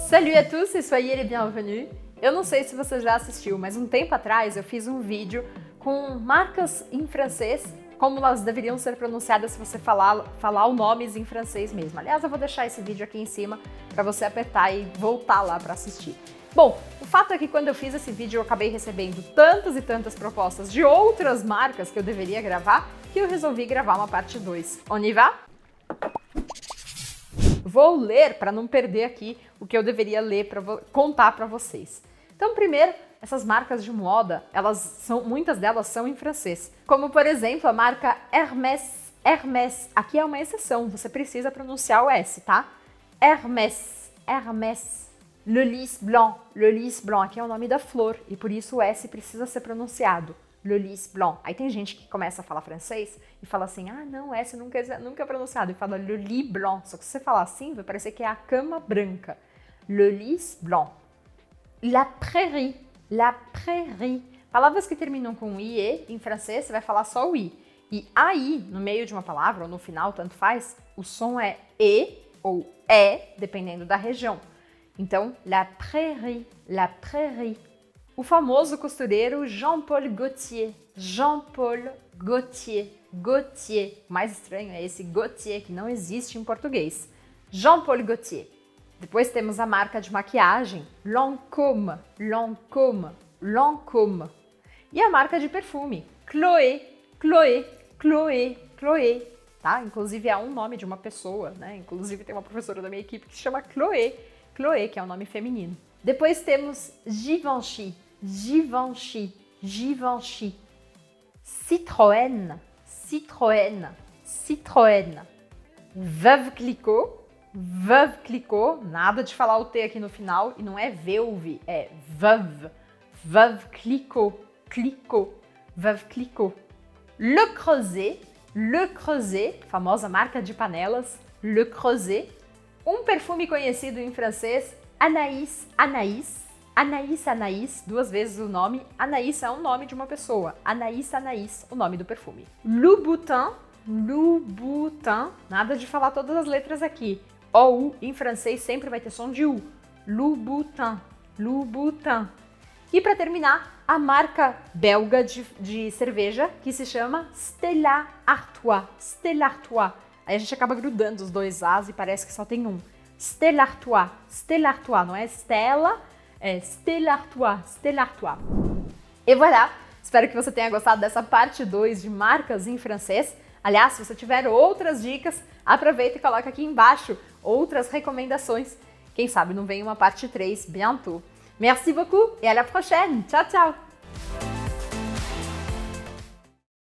Salut à tous et soyez les bienvenus! Eu não sei se você já assistiu, mas um tempo atrás eu fiz um vídeo com marcas em francês, como elas deveriam ser pronunciadas se você falar os nomes em francês mesmo. Aliás, eu vou deixar esse vídeo aqui em cima para você apertar e voltar lá para assistir. Bom, o fato é que quando eu fiz esse vídeo eu acabei recebendo tantas e tantas propostas de outras marcas que eu deveria gravar, que eu resolvi gravar uma parte 2. On y va? Vou ler para não perder aqui o que eu deveria ler para contar para vocês. Então, primeiro, essas marcas de moda, muitas delas são em francês. Como, por exemplo, a marca Hermès. Hermès, aqui é uma exceção, você precisa pronunciar o S, tá? Hermès, Hermès. Le Lys Blanc, Le Lys Blanc, aqui é o nome da flor e por isso o S precisa ser pronunciado. Le Lys Blanc. Aí tem gente que começa a falar francês e fala assim, ah não, S nunca é pronunciado, e fala Le Lys Blanc. Só que se você falar assim, vai parecer que é a cama branca. Le Lys Blanc. La Prairie, La Prairie. Palavras que terminam com IE, em francês você vai falar só o I. E aí, no meio de uma palavra ou no final, tanto faz, o som é E ou É, dependendo da região. Então, La Prairie, La Prairie. O famoso costureiro Jean-Paul Gaultier. Jean-Paul Gaultier. Gaultier. O mais estranho é esse Gaultier, que não existe em português. Jean-Paul Gaultier. Depois temos a marca de maquiagem Lancôme. Lancôme. Lancôme. E a marca de perfume Chloé. Chloé. Chloé. Chloé. Tá? Inclusive é um nome de uma pessoa, né? Inclusive tem uma professora da minha equipe que se chama Chloé. Chloé, que é um nome feminino. Depois temos Givenchy. Givenchy, Givenchy. Citroën, Citroën, Citroën. Veuve Clicquot, Veuve Clicquot. Nada de falar o T aqui no final e não é Veuve, é Veuve. Veuve Clicquot, Clicquot, Veuve Clicquot. Le Creuset, famosa marca de panelas, Le Creuset. Um perfume conhecido em francês, Anaïs, Anaïs. Anaïs, Anaïs, duas vezes o nome. Anaïs é o nome de uma pessoa. Anaïs, Anaïs, o nome do perfume. Louboutin, Louboutin. Nada de falar todas as letras aqui. O, U, em francês sempre vai ter som de U. Louboutin, Louboutin. E para terminar, a marca belga de cerveja, que se chama Stella Artois. Stella Artois. Aí a gente acaba grudando os dois As e parece que só tem um. Stella Artois. Stella Artois, não é Stella, é Stella Artois. Stella Artois. E voilà! Espero que você tenha gostado dessa parte 2 de marcas em francês. Aliás, se você tiver outras dicas, aproveita e coloca aqui embaixo outras recomendações. Quem sabe não vem uma parte 3 bientôt. Merci beaucoup et à la prochaine. Ciao, ciao!